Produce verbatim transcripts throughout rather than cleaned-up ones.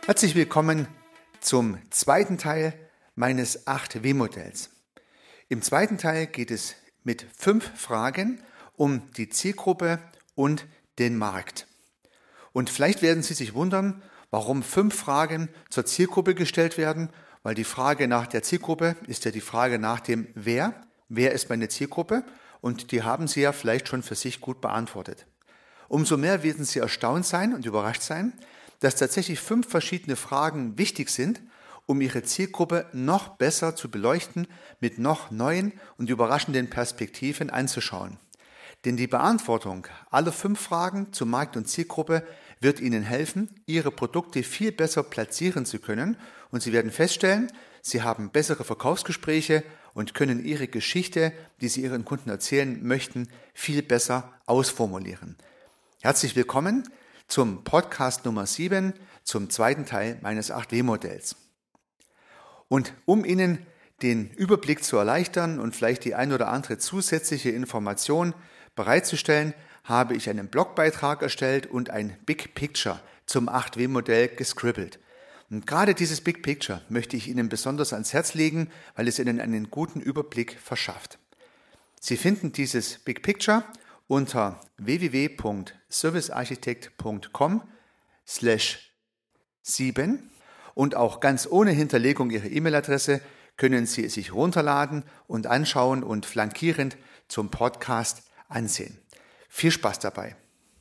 Herzlich willkommen zum zweiten Teil meines acht W Modells. Im zweiten Teil geht es mit fünf Fragen um die Zielgruppe und den Markt. Und vielleicht werden Sie sich wundern, warum fünf Fragen zur Zielgruppe gestellt werden, weil die Frage nach der Zielgruppe ist ja die Frage nach dem Wer. Wer ist meine Zielgruppe? Und die haben Sie ja vielleicht schon für sich gut beantwortet. Umso mehr werden Sie erstaunt sein und überrascht sein, dass tatsächlich fünf verschiedene Fragen wichtig sind, um Ihre Zielgruppe noch besser zu beleuchten, mit noch neuen und überraschenden Perspektiven anzuschauen. Denn die Beantwortung aller fünf Fragen zu Markt und Zielgruppe wird Ihnen helfen, Ihre Produkte viel besser platzieren zu können, und Sie werden feststellen, Sie haben bessere Verkaufsgespräche und können Ihre Geschichte, die Sie Ihren Kunden erzählen möchten, viel besser ausformulieren. Herzlich willkommen zum Podcast Nummer sieben, zum zweiten Teil meines acht W Modells. Und um Ihnen den Überblick zu erleichtern und vielleicht die ein oder andere zusätzliche Information bereitzustellen, habe ich einen Blogbeitrag erstellt und ein Big Picture zum acht W Modell gescribbelt. Und gerade dieses Big Picture möchte ich Ihnen besonders ans Herz legen, weil es Ihnen einen guten Überblick verschafft. Sie finden dieses Big Picture unter w w w punkt servicearchitekt punkt com slash sieben und auch ganz ohne Hinterlegung Ihrer E-Mail-Adresse können Sie es sich runterladen und anschauen und flankierend zum Podcast ansehen. Viel Spaß dabei!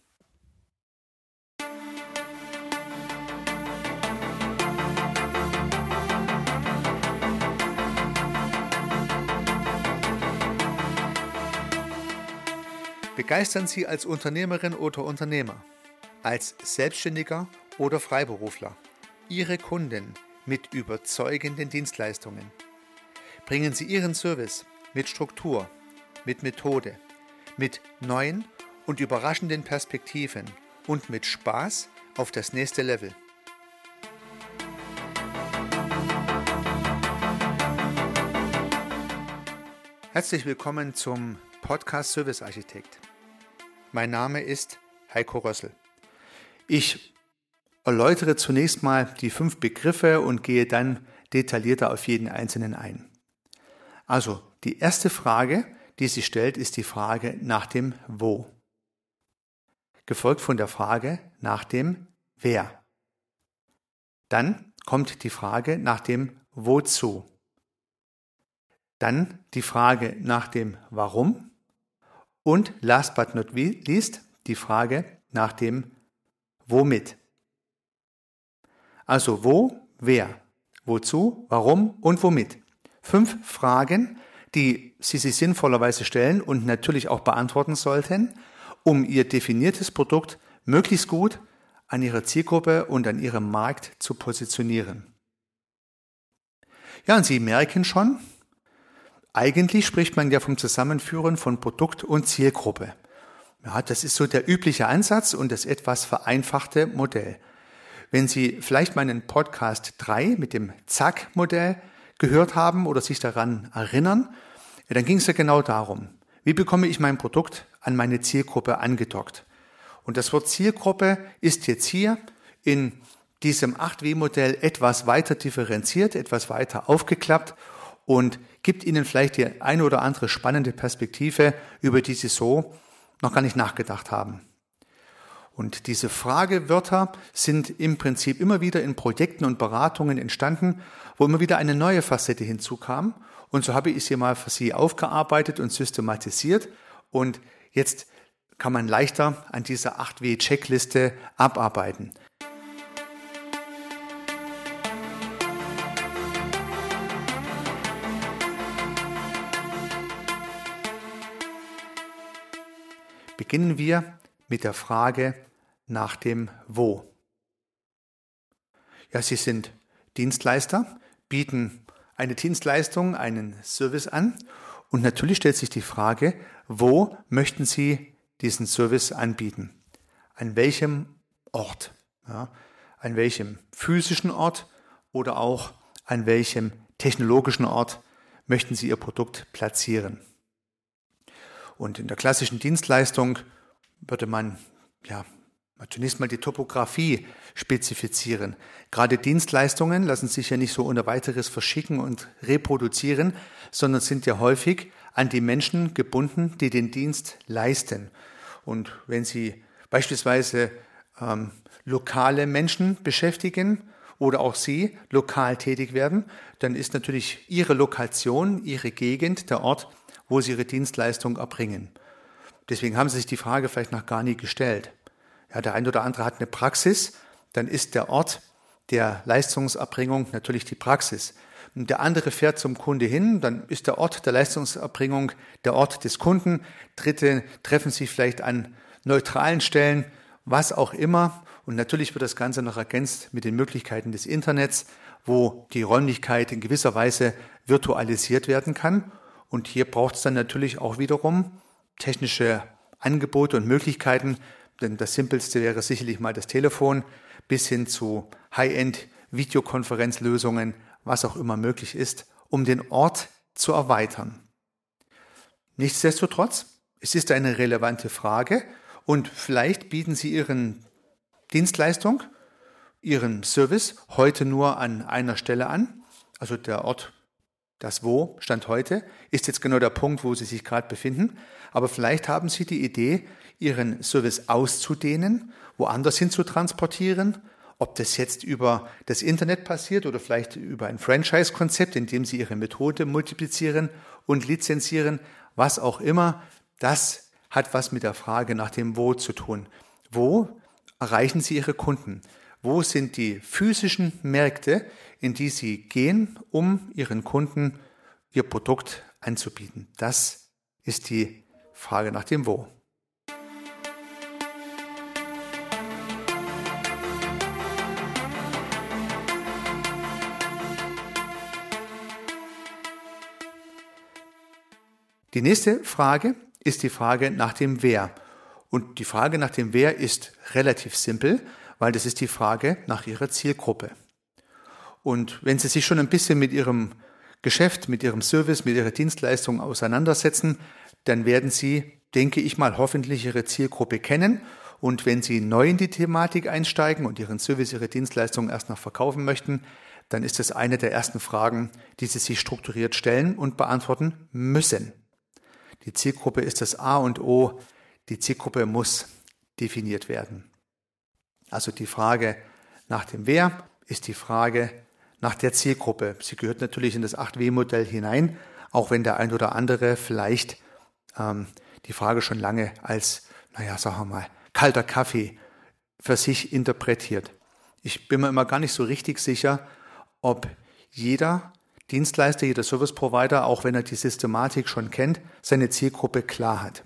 Begeistern Sie als Unternehmerin oder Unternehmer, als Selbstständiger oder Freiberufler Ihre Kunden mit überzeugenden Dienstleistungen. Bringen Sie Ihren Service mit Struktur, mit Methode, mit neuen und überraschenden Perspektiven und mit Spaß auf das nächste Level. Herzlich willkommen zum Podcast Service Architekt. Mein Name ist Heiko Rössel. Ich erläutere zunächst mal die fünf Begriffe und gehe dann detaillierter auf jeden einzelnen ein. Also, die erste Frage, die sich stellt, ist die Frage nach dem Wo. Gefolgt von der Frage nach dem Wer. Dann kommt die Frage nach dem Wozu. Dann die Frage nach dem Warum. Und last but not least die Frage nach dem Womit. Also wo, wer, wozu, warum und womit. Fünf Fragen, die Sie sich sinnvollerweise stellen und natürlich auch beantworten sollten, um Ihr definiertes Produkt möglichst gut an Ihrer Zielgruppe und an Ihrem Markt zu positionieren. Ja, und Sie merken schon, eigentlich spricht man ja vom Zusammenführen von Produkt und Zielgruppe. Ja, das ist so der übliche Ansatz und das etwas vereinfachte Modell. Wenn Sie vielleicht meinen Podcast drei mit dem Zack-Modell gehört haben oder sich daran erinnern, dann ging es ja genau darum, wie bekomme ich mein Produkt an meine Zielgruppe angedockt. Und das Wort Zielgruppe ist jetzt hier in diesem acht W Modell etwas weiter differenziert, etwas weiter aufgeklappt und gibt Ihnen vielleicht die eine oder andere spannende Perspektive, über die Sie so noch gar nicht nachgedacht haben. Und diese Fragewörter sind im Prinzip immer wieder in Projekten und Beratungen entstanden, wo immer wieder eine neue Facette hinzukam. Und so habe ich sie mal für Sie aufgearbeitet und systematisiert. Und jetzt kann man leichter an dieser acht W Checkliste abarbeiten. Beginnen wir mit der Frage nach dem Wo. Ja, Sie sind Dienstleister, bieten eine Dienstleistung, einen Service an und natürlich stellt sich die Frage, wo möchten Sie diesen Service anbieten? An welchem Ort? Ja, an welchem physischen Ort oder auch an welchem technologischen Ort möchten Sie Ihr Produkt platzieren? Und in der klassischen Dienstleistung würde man ja Zunächst mal die Topografie spezifizieren. Gerade Dienstleistungen lassen sich ja nicht so ohne weiteres verschicken und reproduzieren, sondern sind ja häufig an die Menschen gebunden, die den Dienst leisten. Und wenn Sie beispielsweise ähm, lokale Menschen beschäftigen oder auch Sie lokal tätig werden, dann ist natürlich Ihre Lokation, Ihre Gegend der Ort, wo Sie Ihre Dienstleistung erbringen. Deswegen haben Sie sich die Frage vielleicht noch gar nie gestellt. Ja, der eine oder andere hat eine Praxis, dann ist der Ort der Leistungserbringung natürlich die Praxis. Und der andere fährt zum Kunde hin, dann ist der Ort der Leistungserbringung der Ort des Kunden. Dritte treffen sich vielleicht an neutralen Stellen, was auch immer. Und natürlich wird das Ganze noch ergänzt mit den Möglichkeiten des Internets, wo die Räumlichkeit in gewisser Weise virtualisiert werden kann. Und hier braucht es dann natürlich auch wiederum technische Angebote und Möglichkeiten, denn das Simpelste wäre sicherlich mal das Telefon, bis hin zu High-End-Videokonferenzlösungen, was auch immer möglich ist, um den Ort zu erweitern. Nichtsdestotrotz, es ist eine relevante Frage und vielleicht bieten Sie Ihren Dienstleistung, Ihren Service heute nur an einer Stelle an, also der Ort, das Wo, Stand heute, ist jetzt genau der Punkt, wo Sie sich gerade befinden. Aber vielleicht haben Sie die Idee, Ihren Service auszudehnen, woanders hin zu transportieren, ob das jetzt über das Internet passiert oder vielleicht über ein Franchise-Konzept, in dem Sie Ihre Methode multiplizieren und lizenzieren, was auch immer. Das hat was mit der Frage nach dem Wo zu tun. Wo erreichen Sie Ihre Kunden? Wo sind die physischen Märkte, in die Sie gehen, um Ihren Kunden Ihr Produkt anzubieten? Das ist die Frage nach dem Wo. Die nächste Frage ist die Frage nach dem Wer. Und die Frage nach dem Wer ist relativ simpel, weil das ist die Frage nach Ihrer Zielgruppe. Und wenn Sie sich schon ein bisschen mit Ihrem Geschäft, mit Ihrem Service, mit Ihrer Dienstleistung auseinandersetzen, dann werden Sie, denke ich mal, hoffentlich Ihre Zielgruppe kennen. Und wenn Sie neu in die Thematik einsteigen und Ihren Service, Ihre Dienstleistung erst noch verkaufen möchten, dann ist das eine der ersten Fragen, die Sie sich strukturiert stellen und beantworten müssen. Die Zielgruppe ist das A und O. Die Zielgruppe muss definiert werden. Also die Frage nach dem Wer ist die Frage nach der Zielgruppe. Sie gehört natürlich in das acht W Modell hinein, auch wenn der ein oder andere vielleicht ähm, die Frage schon lange als, naja, sagen wir mal, kalter Kaffee für sich interpretiert. Ich bin mir immer gar nicht so richtig sicher, ob jeder Dienstleister, jeder Service Provider, auch wenn er die Systematik schon kennt, seine Zielgruppe klar hat.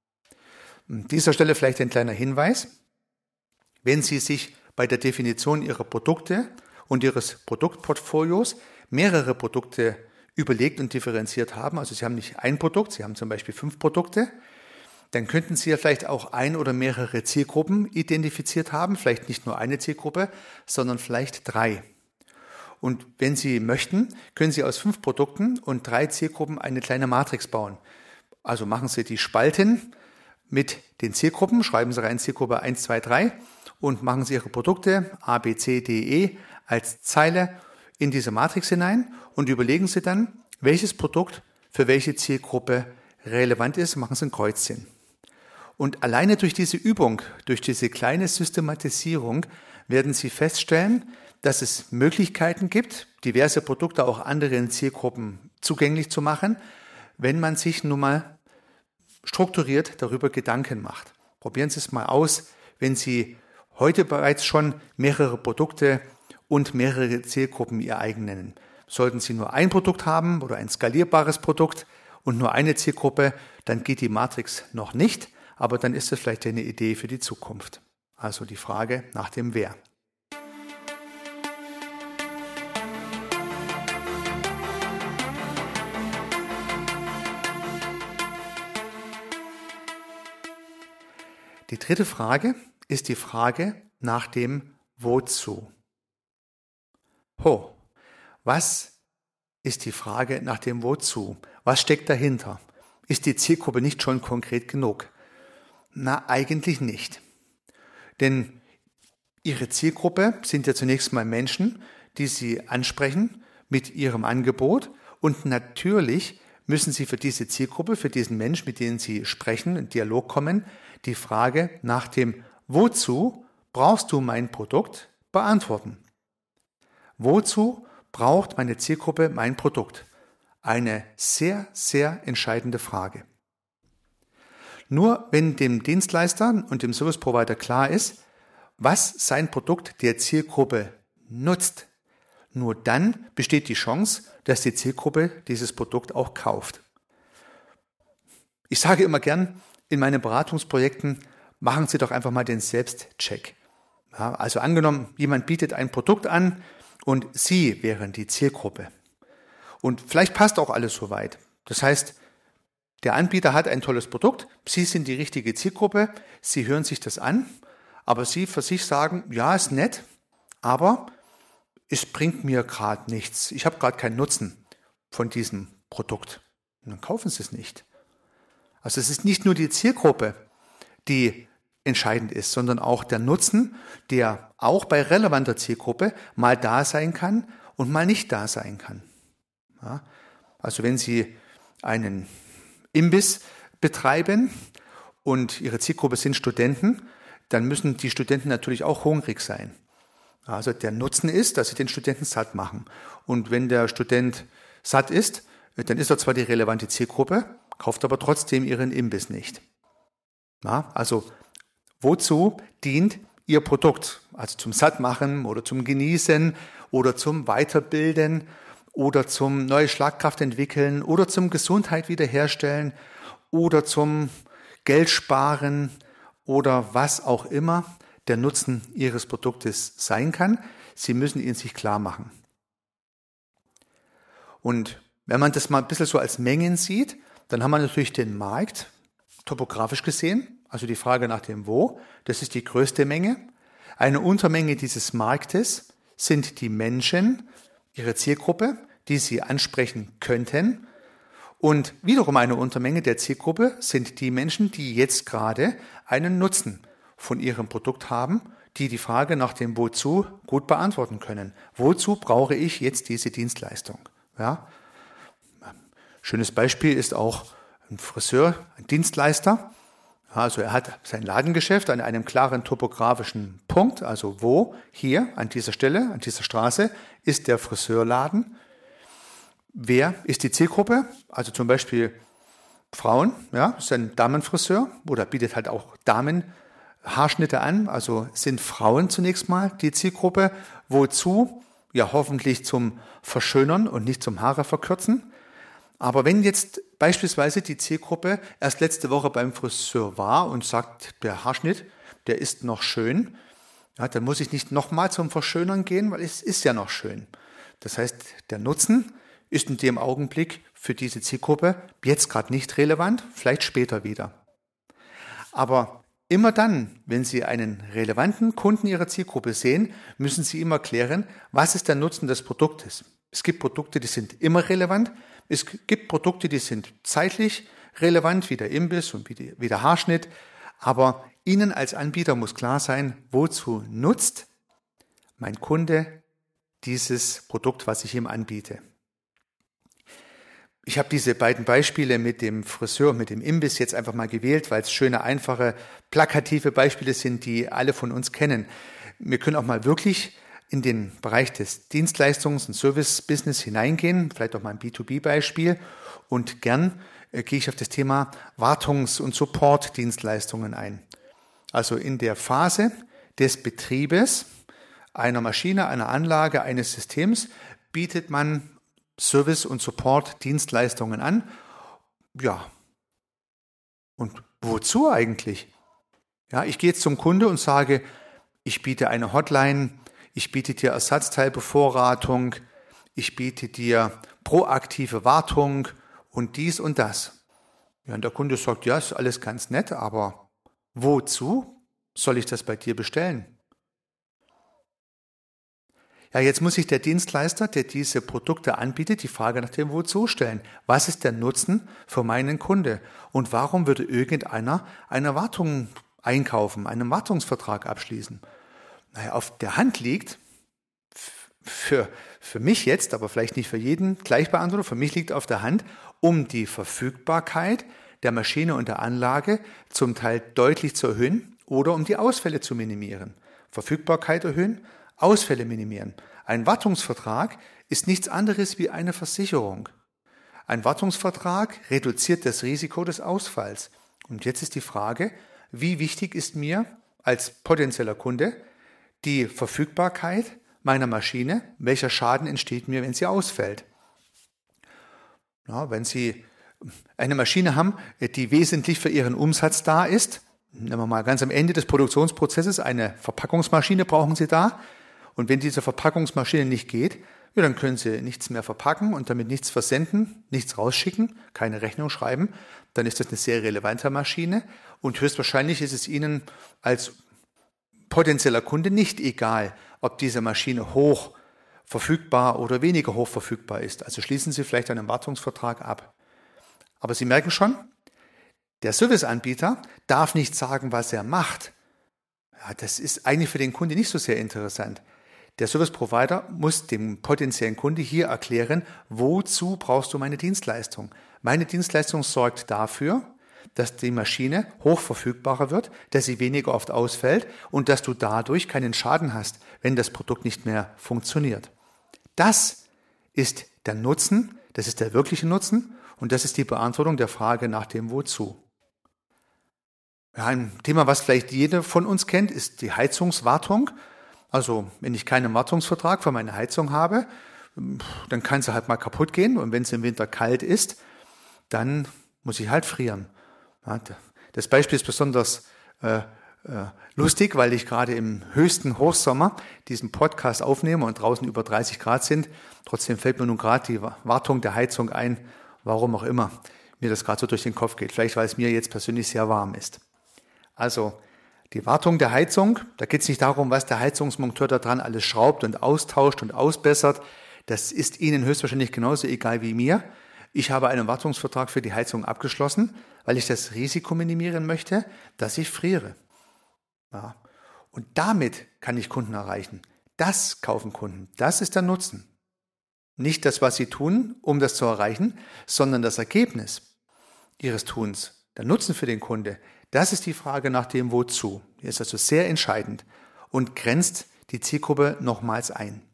An dieser Stelle vielleicht ein kleiner Hinweis. Wenn Sie sich bei der Definition Ihrer Produkte und Ihres Produktportfolios mehrere Produkte überlegt und differenziert haben, also Sie haben nicht ein Produkt, Sie haben zum Beispiel fünf Produkte, dann könnten Sie ja vielleicht auch ein oder mehrere Zielgruppen identifiziert haben, vielleicht nicht nur eine Zielgruppe, sondern vielleicht drei. Und wenn Sie möchten, können Sie aus fünf Produkten und drei Zielgruppen eine kleine Matrix bauen. Also machen Sie die Spalten mit den Zielgruppen, schreiben Sie rein Zielgruppe eins, zwei, drei und machen Sie Ihre Produkte A, B, C, D, E als Zeile in diese Matrix hinein und überlegen Sie dann, welches Produkt für welche Zielgruppe relevant ist, machen Sie ein Kreuzchen. Und alleine durch diese Übung, durch diese kleine Systematisierung werden Sie feststellen, dass es Möglichkeiten gibt, diverse Produkte auch anderen Zielgruppen zugänglich zu machen, wenn man sich nun mal strukturiert darüber Gedanken macht. Probieren Sie es mal aus, wenn Sie heute bereits schon mehrere Produkte und mehrere Zielgruppen Ihr eigen nennen. Sollten Sie nur ein Produkt haben oder ein skalierbares Produkt und nur eine Zielgruppe, dann geht die Matrix noch nicht, aber dann ist es vielleicht eine Idee für die Zukunft. Also die Frage nach dem Wer. Die dritte Frage ist die Frage nach dem Wozu. Ho, was ist die Frage nach dem Wozu? Was steckt dahinter? Ist die Zielgruppe nicht schon konkret genug? Na, eigentlich nicht. Denn Ihre Zielgruppe sind ja zunächst mal Menschen, die Sie ansprechen mit Ihrem Angebot. Und natürlich müssen Sie für diese Zielgruppe, für diesen Mensch, mit dem Sie sprechen, in Dialog kommen, die Frage nach dem Wozu brauchst du mein Produkt beantworten. Wozu braucht meine Zielgruppe mein Produkt? Eine sehr, sehr entscheidende Frage. Nur wenn dem Dienstleister und dem Service Provider klar ist, was sein Produkt der Zielgruppe nutzt, nur dann besteht die Chance, dass die Zielgruppe dieses Produkt auch kauft. Ich sage immer gern in meinen Beratungsprojekten, machen Sie doch einfach mal den Selbstcheck. Ja, also angenommen, jemand bietet ein Produkt an und Sie wären die Zielgruppe. Und vielleicht passt auch alles soweit. Das heißt, der Anbieter hat ein tolles Produkt, Sie sind die richtige Zielgruppe, Sie hören sich das an, aber Sie für sich sagen, ja, ist nett, aber es bringt mir gerade nichts. Ich habe gerade keinen Nutzen von diesem Produkt. Und dann kaufen Sie es nicht. Also es ist nicht nur die Zielgruppe, die entscheidend ist, sondern auch der Nutzen, der auch bei relevanter Zielgruppe mal da sein kann und mal nicht da sein kann. Ja, also wenn Sie einen Imbiss betreiben und Ihre Zielgruppe sind Studenten, dann müssen die Studenten natürlich auch hungrig sein. Also der Nutzen ist, dass Sie den Studenten satt machen. Und wenn der Student satt ist, dann ist er zwar die relevante Zielgruppe, kauft aber trotzdem Ihren Imbiss nicht. Ja, also wozu dient Ihr Produkt? Also zum Sattmachen oder zum Genießen oder zum Weiterbilden oder zum neue Schlagkraft entwickeln oder zum Gesundheit wiederherstellen oder zum Geld sparen oder was auch immer der Nutzen Ihres Produktes sein kann. Sie müssen ihn sich klar machen. Und wenn man das mal ein bisschen so als Mengen sieht, dann haben wir natürlich den Markt, topografisch gesehen, also die Frage nach dem Wo, das ist die größte Menge. Eine Untermenge dieses Marktes sind die Menschen, Ihre Zielgruppe, die Sie ansprechen könnten. Und wiederum eine Untermenge der Zielgruppe sind die Menschen, die jetzt gerade einen Nutzen von ihrem Produkt haben, die die Frage nach dem Wozu gut beantworten können. Wozu brauche ich jetzt diese Dienstleistung? Ja. Schönes Beispiel ist auch ein Friseur, ein Dienstleister. Also er hat sein Ladengeschäft an einem klaren topografischen Punkt, also wo, hier an dieser Stelle, an dieser Straße, ist der Friseurladen. Wer ist die Zielgruppe? Also zum Beispiel Frauen, ja, ist ein Damenfriseur oder bietet halt auch Damenhaarschnitte an, also sind Frauen zunächst mal die Zielgruppe. Wozu? Ja, hoffentlich zum Verschönern und nicht zum Haare verkürzen. Aber wenn jetzt beispielsweise die Zielgruppe erst letzte Woche beim Friseur war und sagt, der Haarschnitt, der ist noch schön, ja, dann muss ich nicht nochmal zum Verschönern gehen, weil es ist ja noch schön. Das heißt, der Nutzen ist in dem Augenblick für diese Zielgruppe jetzt gerade nicht relevant, vielleicht später wieder. Aber immer dann, wenn Sie einen relevanten Kunden Ihrer Zielgruppe sehen, müssen Sie immer klären, was ist der Nutzen des Produktes. Es gibt Produkte, die sind immer relevant. Es gibt Produkte, die sind zeitlich relevant, wie der Imbiss und wie, die, wie der Haarschnitt. Aber Ihnen als Anbieter muss klar sein, wozu nutzt mein Kunde dieses Produkt, was ich ihm anbiete. Ich habe diese beiden Beispiele mit dem Friseur und mit dem Imbiss jetzt einfach mal gewählt, weil es schöne, einfache, plakative Beispiele sind, die alle von uns kennen. Wir können auch mal wirklich in den Bereich des Dienstleistungs- und Service-Business hineingehen, vielleicht auch mal ein B zwei B-Beispiel. Und gern äh, gehe ich auf das Thema Wartungs- und Support-Dienstleistungen ein. Also in der Phase des Betriebes einer Maschine, einer Anlage, eines Systems bietet man Service- und Support-Dienstleistungen an. Ja, und wozu eigentlich? Ja, ich gehe jetzt zum Kunde und sage, ich biete eine Hotline, ich biete dir Ersatzteilbevorratung, ich biete dir proaktive Wartung und dies und das. Ja, und der Kunde sagt, ja, ist alles ganz nett, aber wozu soll ich das bei dir bestellen? Ja, jetzt muss sich der Dienstleister, der diese Produkte anbietet, die Frage nach dem Wozu stellen. Was ist der Nutzen für meinen Kunde? Und warum würde irgendeiner eine Wartung einkaufen, einen Wartungsvertrag abschließen? Naja, auf der Hand liegt, für, für mich jetzt, aber vielleicht nicht für jeden gleich beantwortet, für mich liegt auf der Hand, um die Verfügbarkeit der Maschine und der Anlage zum Teil deutlich zu erhöhen oder um die Ausfälle zu minimieren. Verfügbarkeit erhöhen, Ausfälle minimieren. Ein Wartungsvertrag ist nichts anderes wie eine Versicherung. Ein Wartungsvertrag reduziert das Risiko des Ausfalls. Und jetzt ist die Frage, wie wichtig ist mir als potenzieller Kunde die Verfügbarkeit meiner Maschine? Welcher Schaden entsteht mir, wenn sie ausfällt? Ja, wenn Sie eine Maschine haben, die wesentlich für Ihren Umsatz da ist, nehmen wir mal ganz am Ende des Produktionsprozesses, eine Verpackungsmaschine brauchen Sie da. Und wenn diese Verpackungsmaschine nicht geht, ja, dann können Sie nichts mehr verpacken und damit nichts versenden, nichts rausschicken, keine Rechnung schreiben. Dann ist das eine sehr relevante Maschine und höchstwahrscheinlich ist es Ihnen als potenzieller Kunde nicht egal, ob diese Maschine hoch verfügbar oder weniger hoch verfügbar ist. Also schließen Sie vielleicht einen Wartungsvertrag ab. Aber Sie merken schon, der Serviceanbieter darf nicht sagen, was er macht. Ja, das ist eigentlich für den Kunde nicht so sehr interessant. Der Service Provider muss dem potenziellen Kunde hier erklären, wozu brauchst du meine Dienstleistung? Meine Dienstleistung sorgt dafür, dass die Maschine hochverfügbarer wird, dass sie weniger oft ausfällt und dass du dadurch keinen Schaden hast, wenn das Produkt nicht mehr funktioniert. Das ist der Nutzen, das ist der wirkliche Nutzen und das ist die Beantwortung der Frage nach dem Wozu. Ja, ein Thema, was vielleicht jeder von uns kennt, ist die Heizungswartung. Also wenn ich keinen Wartungsvertrag für meine Heizung habe, dann kann sie halt mal kaputt gehen und wenn es im Winter kalt ist, dann muss ich halt frieren. Ja, das Beispiel ist besonders äh, äh, lustig, weil ich gerade im höchsten Hochsommer diesen Podcast aufnehme und draußen über dreißig Grad sind. Trotzdem fällt mir nun gerade die Wartung der Heizung ein, warum auch immer mir das gerade so durch den Kopf geht. Vielleicht, weil es mir jetzt persönlich sehr warm ist. Also die Wartung der Heizung, da geht es nicht darum, was der Heizungsmonteur da dran alles schraubt und austauscht und ausbessert. Das ist Ihnen höchstwahrscheinlich genauso egal wie mir. Ich habe einen Wartungsvertrag für die Heizung abgeschlossen, weil ich das Risiko minimieren möchte, dass ich friere. Ja. Und damit kann ich Kunden erreichen. Das kaufen Kunden. Das ist der Nutzen. Nicht das, was sie tun, um das zu erreichen, sondern das Ergebnis ihres Tuns. Der Nutzen für den Kunde, das ist die Frage nach dem Wozu. Die ist also sehr entscheidend und grenzt die Zielgruppe nochmals ein.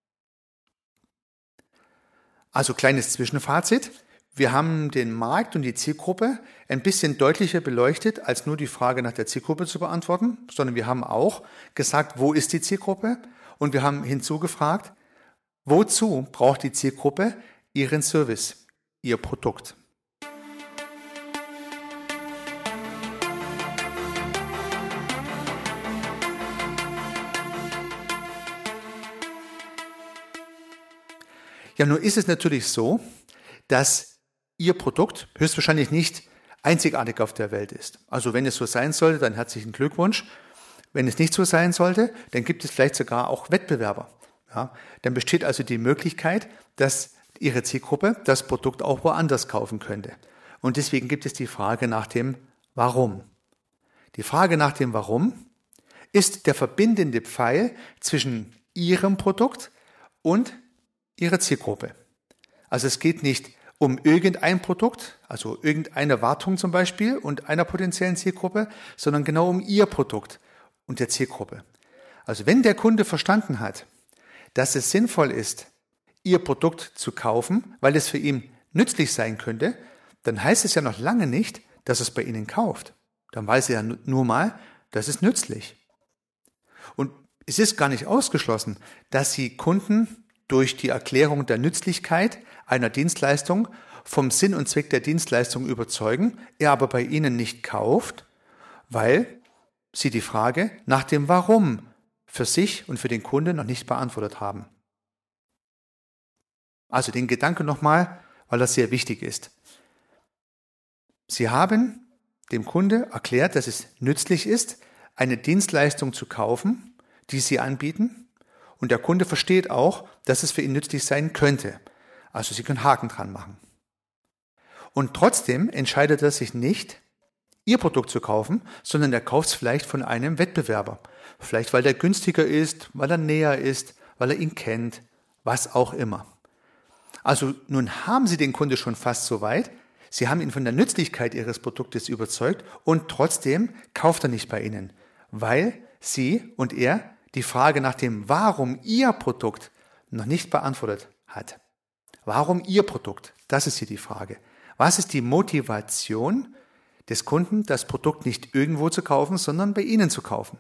Also kleines Zwischenfazit. Wir haben den Markt und die Zielgruppe ein bisschen deutlicher beleuchtet, als nur die Frage nach der Zielgruppe zu beantworten, sondern wir haben auch gesagt, wo ist die Zielgruppe? Und wir haben hinzugefragt, wozu braucht die Zielgruppe ihren Service, ihr Produkt? Ja, nun ist es natürlich so, dass Ihr Produkt höchstwahrscheinlich nicht einzigartig auf der Welt ist. Also wenn es so sein sollte, dann herzlichen Glückwunsch. Wenn es nicht so sein sollte, dann gibt es vielleicht sogar auch Wettbewerber. Ja, dann besteht also die Möglichkeit, dass Ihre Zielgruppe das Produkt auch woanders kaufen könnte. Und deswegen gibt es die Frage nach dem Warum. Die Frage nach dem Warum ist der verbindende Pfeil zwischen Ihrem Produkt und Ihrer Zielgruppe. Also es geht nicht um irgendein Produkt, also irgendeine Wartung zum Beispiel und einer potenziellen Zielgruppe, sondern genau um Ihr Produkt und der Zielgruppe. Also wenn der Kunde verstanden hat, dass es sinnvoll ist, Ihr Produkt zu kaufen, weil es für ihn nützlich sein könnte, dann heißt es ja noch lange nicht, dass es bei Ihnen kauft. Dann weiß er ja nur mal, das ist nützlich. Und es ist gar nicht ausgeschlossen, dass Sie Kunden durch die Erklärung der Nützlichkeit einer Dienstleistung vom Sinn und Zweck der Dienstleistung überzeugen, er aber bei Ihnen nicht kauft, weil Sie die Frage nach dem Warum für sich und für den Kunden noch nicht beantwortet haben. Also den Gedanken nochmal, weil das sehr wichtig ist. Sie haben dem Kunde erklärt, dass es nützlich ist, eine Dienstleistung zu kaufen, die Sie anbieten, und der Kunde versteht auch, dass es für ihn nützlich sein könnte. Also Sie können Haken dran machen. Und trotzdem entscheidet er sich nicht, Ihr Produkt zu kaufen, sondern er kauft es vielleicht von einem Wettbewerber. Vielleicht, weil der günstiger ist, weil er näher ist, weil er ihn kennt, was auch immer. Also nun haben Sie den Kunde schon fast so weit, Sie haben ihn von der Nützlichkeit Ihres Produktes überzeugt und trotzdem kauft er nicht bei Ihnen, weil Sie und er die Frage nach dem Warum Ihr Produkt noch nicht beantwortet hat. Warum Ihr Produkt? Das ist hier die Frage. Was ist die Motivation des Kunden, das Produkt nicht irgendwo zu kaufen, sondern bei Ihnen zu kaufen?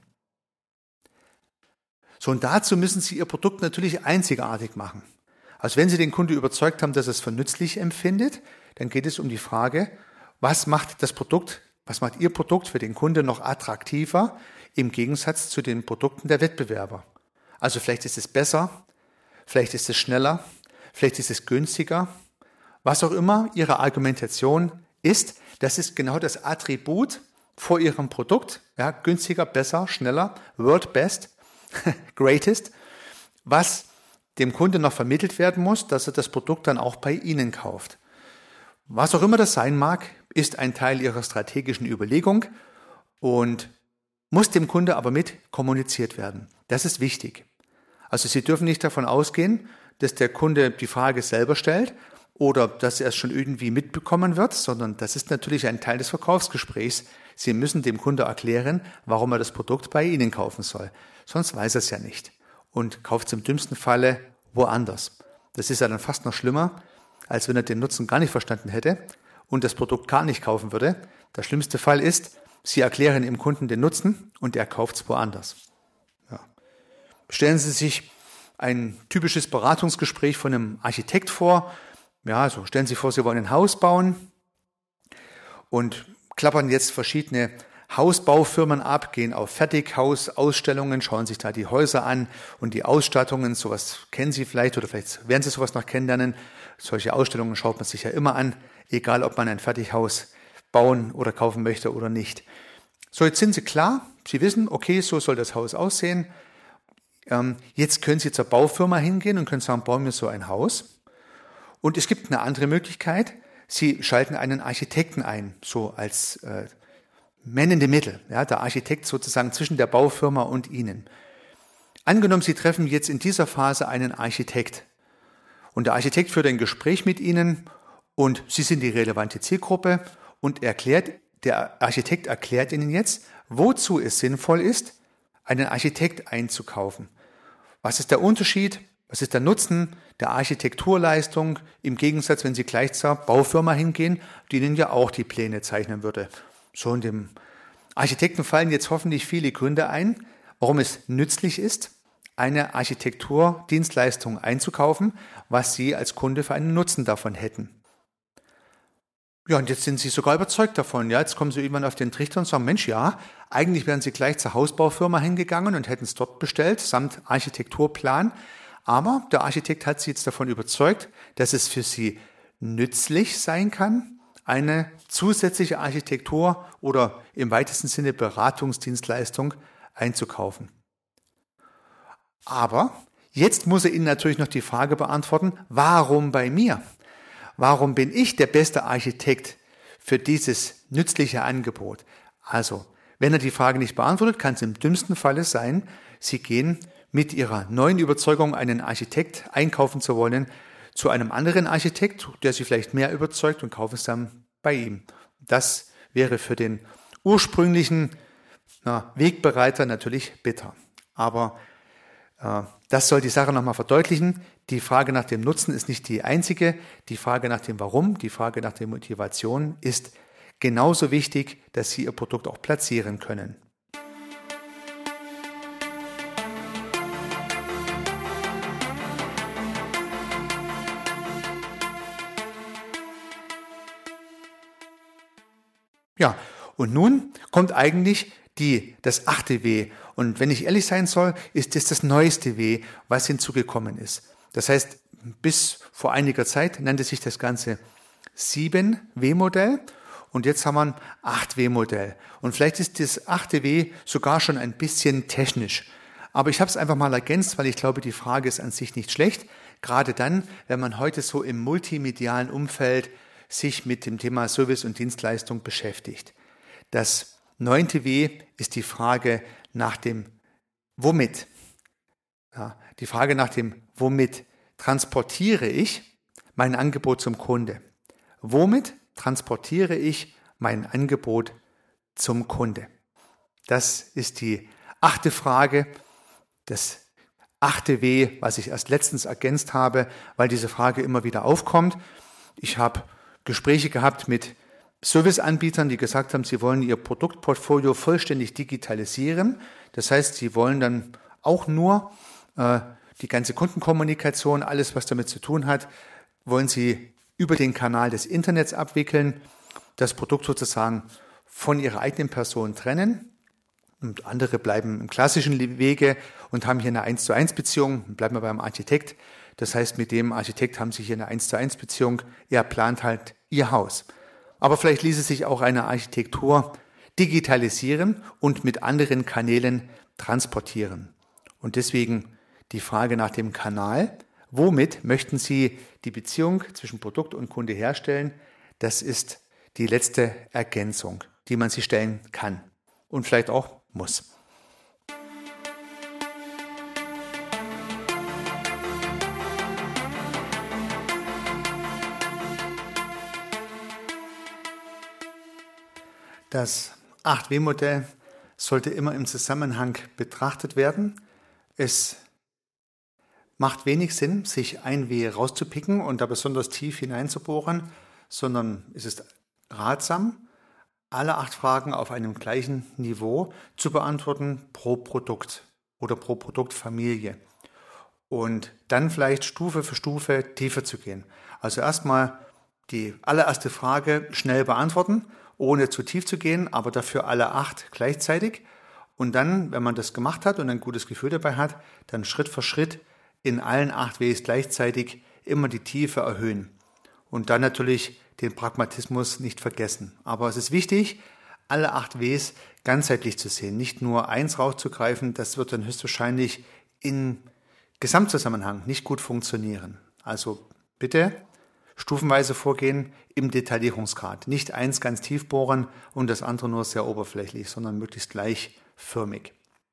So, und dazu müssen Sie Ihr Produkt natürlich einzigartig machen. Also wenn Sie den Kunde überzeugt haben, dass er es für nützlich empfindet, dann geht es um die Frage, was macht das Produkt, was macht Ihr Produkt für den Kunde noch attraktiver im Gegensatz zu den Produkten der Wettbewerber? Also vielleicht ist es besser, vielleicht ist es schneller, vielleicht ist es günstiger. Was auch immer Ihre Argumentation ist, das ist genau das Attribut vor Ihrem Produkt, ja, günstiger, besser, schneller, world best, greatest, was dem Kunde noch vermittelt werden muss, dass er das Produkt dann auch bei Ihnen kauft. Was auch immer das sein mag, ist ein Teil Ihrer strategischen Überlegung und muss dem Kunde aber mit kommuniziert werden. Das ist wichtig. Also Sie dürfen nicht davon ausgehen, dass der Kunde die Frage selber stellt oder dass er es schon irgendwie mitbekommen wird, sondern das ist natürlich ein Teil des Verkaufsgesprächs. Sie müssen dem Kunde erklären, warum er das Produkt bei Ihnen kaufen soll. Sonst weiß er es ja nicht und kauft es im dümmsten Falle woanders. Das ist ja dann fast noch schlimmer, als wenn er den Nutzen gar nicht verstanden hätte und das Produkt gar nicht kaufen würde. Der schlimmste Fall ist, Sie erklären dem Kunden den Nutzen und er kauft es woanders. Ja. Stellen Sie sich ein typisches Beratungsgespräch von einem Architekt vor. Ja, also stellen Sie vor, Sie wollen ein Haus bauen und klappern jetzt verschiedene Hausbaufirmen ab, gehen auf Fertighausausstellungen, schauen sich da die Häuser an und die Ausstattungen, sowas kennen Sie vielleicht oder vielleicht werden Sie sowas noch kennenlernen. Solche Ausstellungen schaut man sich ja immer an, egal ob man ein Fertighaus bauen oder kaufen möchte oder nicht. So, jetzt sind Sie klar, Sie wissen, okay, so soll das Haus aussehen. Ähm, jetzt können Sie zur Baufirma hingehen und können sagen, bauen wir so ein Haus. Und es gibt eine andere Möglichkeit, Sie schalten einen Architekten ein, so als äh, Man in the Middle, ja, der Architekt sozusagen zwischen der Baufirma und Ihnen. Angenommen, Sie treffen jetzt in dieser Phase einen Architekt und der Architekt führt ein Gespräch mit Ihnen und Sie sind die relevante Zielgruppe und erklärt, der Architekt erklärt Ihnen jetzt, wozu es sinnvoll ist, einen Architekt einzukaufen. Was ist der Unterschied? Was ist der Nutzen der Architekturleistung im Gegensatz, wenn Sie gleich zur Baufirma hingehen, die Ihnen ja auch die Pläne zeichnen würde? So, und dem Architekten fallen jetzt hoffentlich viele Gründe ein, warum es nützlich ist, eine Architekturdienstleistung einzukaufen, was Sie als Kunde für einen Nutzen davon hätten. Ja, und jetzt sind Sie sogar überzeugt davon. Ja, jetzt kommen Sie irgendwann auf den Trichter und sagen, Mensch, ja, eigentlich wären Sie gleich zur Hausbaufirma hingegangen und hätten es dort bestellt, samt Architekturplan. Aber der Architekt hat Sie jetzt davon überzeugt, dass es für Sie nützlich sein kann, eine zusätzliche Architektur oder im weitesten Sinne Beratungsdienstleistung einzukaufen. Aber jetzt muss er Ihnen natürlich noch die Frage beantworten, warum bei mir? Warum bin ich der beste Architekt für dieses nützliche Angebot? Also, wenn er die Frage nicht beantwortet, kann es im dümmsten Falle sein, Sie gehen mit Ihrer neuen Überzeugung, einen Architekt einkaufen zu wollen, zu einem anderen Architekt, der Sie vielleicht mehr überzeugt und kaufen es dann bei ihm. Das wäre für den ursprünglichen na, Wegbereiter natürlich bitter. Aber äh, das soll die Sache nochmal verdeutlichen. Die Frage nach dem Nutzen ist nicht die einzige. Die Frage nach dem Warum, die Frage nach der Motivation ist genauso wichtig, dass Sie Ihr Produkt auch platzieren können. Ja, und nun kommt eigentlich die, das achte W. Und wenn ich ehrlich sein soll, ist das das neueste W, was hinzugekommen ist. Das heißt, bis vor einiger Zeit nannte sich das Ganze sieben W Modell und jetzt haben wir ein acht W Modell. Und vielleicht ist das achte W sogar schon ein bisschen technisch. Aber ich habe es einfach mal ergänzt, weil ich glaube, die Frage ist an sich nicht schlecht. Gerade dann, wenn man heute so im multimedialen Umfeld sich mit dem Thema Service und Dienstleistung beschäftigt. Das neunte W ist die Frage nach dem Womit. Ja, die Frage nach dem Womit transportiere ich mein Angebot zum Kunde. Womit transportiere ich mein Angebot zum Kunde? Das ist die achte Frage, das achte W, was ich erst letztens ergänzt habe, weil diese Frage immer wieder aufkommt. Ich habe Gespräche gehabt mit Serviceanbietern, die gesagt haben, sie wollen ihr Produktportfolio vollständig digitalisieren. Das heißt, sie wollen dann auch nur äh, die ganze Kundenkommunikation, alles, was damit zu tun hat, wollen sie über den Kanal des Internets abwickeln, das Produkt sozusagen von ihrer eigenen Person trennen. Und andere bleiben im klassischen Wege und haben hier eine eins zu eins Beziehung, bleiben wir beim Architekt. Das heißt, mit dem Architekt haben sie hier eine eins zu eins Beziehung, er plant halt ihr Haus. Aber vielleicht ließe sich auch eine Architektur digitalisieren und mit anderen Kanälen transportieren. Und deswegen die Frage nach dem Kanal. Womit möchten Sie die Beziehung zwischen Produkt und Kunde herstellen? Das ist die letzte Ergänzung, die man sich stellen kann und vielleicht auch muss. Das acht W Modell sollte immer im Zusammenhang betrachtet werden. Es macht wenig Sinn, sich ein W rauszupicken und da besonders tief hineinzubohren, sondern es ist ratsam, alle acht Fragen auf einem gleichen Niveau zu beantworten pro Produkt oder pro Produktfamilie. Und dann vielleicht Stufe für Stufe tiefer zu gehen. Also erstmal die allererste Frage schnell beantworten, ohne zu tief zu gehen, aber dafür alle acht gleichzeitig. Und dann, wenn man das gemacht hat und ein gutes Gefühl dabei hat, dann Schritt für Schritt in allen acht Ws gleichzeitig immer die Tiefe erhöhen. Und dann natürlich den Pragmatismus nicht vergessen. Aber es ist wichtig, alle acht Ws ganzheitlich zu sehen, nicht nur eins rauszugreifen, das wird dann höchstwahrscheinlich im Gesamtzusammenhang nicht gut funktionieren. Also bitte stufenweise vorgehen im Detaillierungsgrad. Nicht eins ganz tief bohren und das andere nur sehr oberflächlich, sondern möglichst gleichförmig.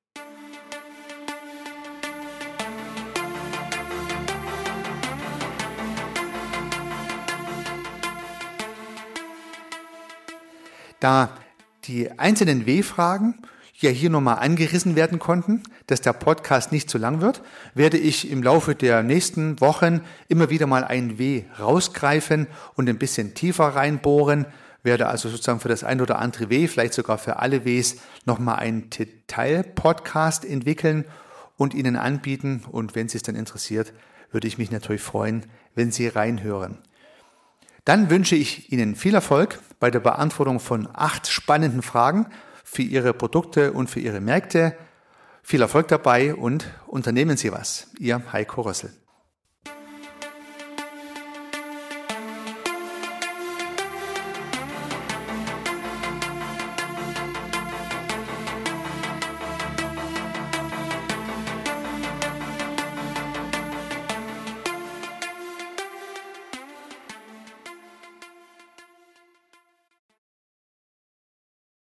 Da die einzelnen W-Fragen ja hier nochmal angerissen werden konnten, dass der Podcast nicht zu lang wird, werde ich im Laufe der nächsten Wochen immer wieder mal ein W rausgreifen und ein bisschen tiefer reinbohren, werde also sozusagen für das ein oder andere W, vielleicht sogar für alle Ws, nochmal einen Detail-Podcast entwickeln und Ihnen anbieten. Und wenn Sie es dann interessiert, würde ich mich natürlich freuen, wenn Sie reinhören. Dann wünsche ich Ihnen viel Erfolg bei der Beantwortung von acht spannenden Fragen für Ihre Produkte und für Ihre Märkte. Viel Erfolg dabei und unternehmen Sie was. Ihr Heiko Rössel.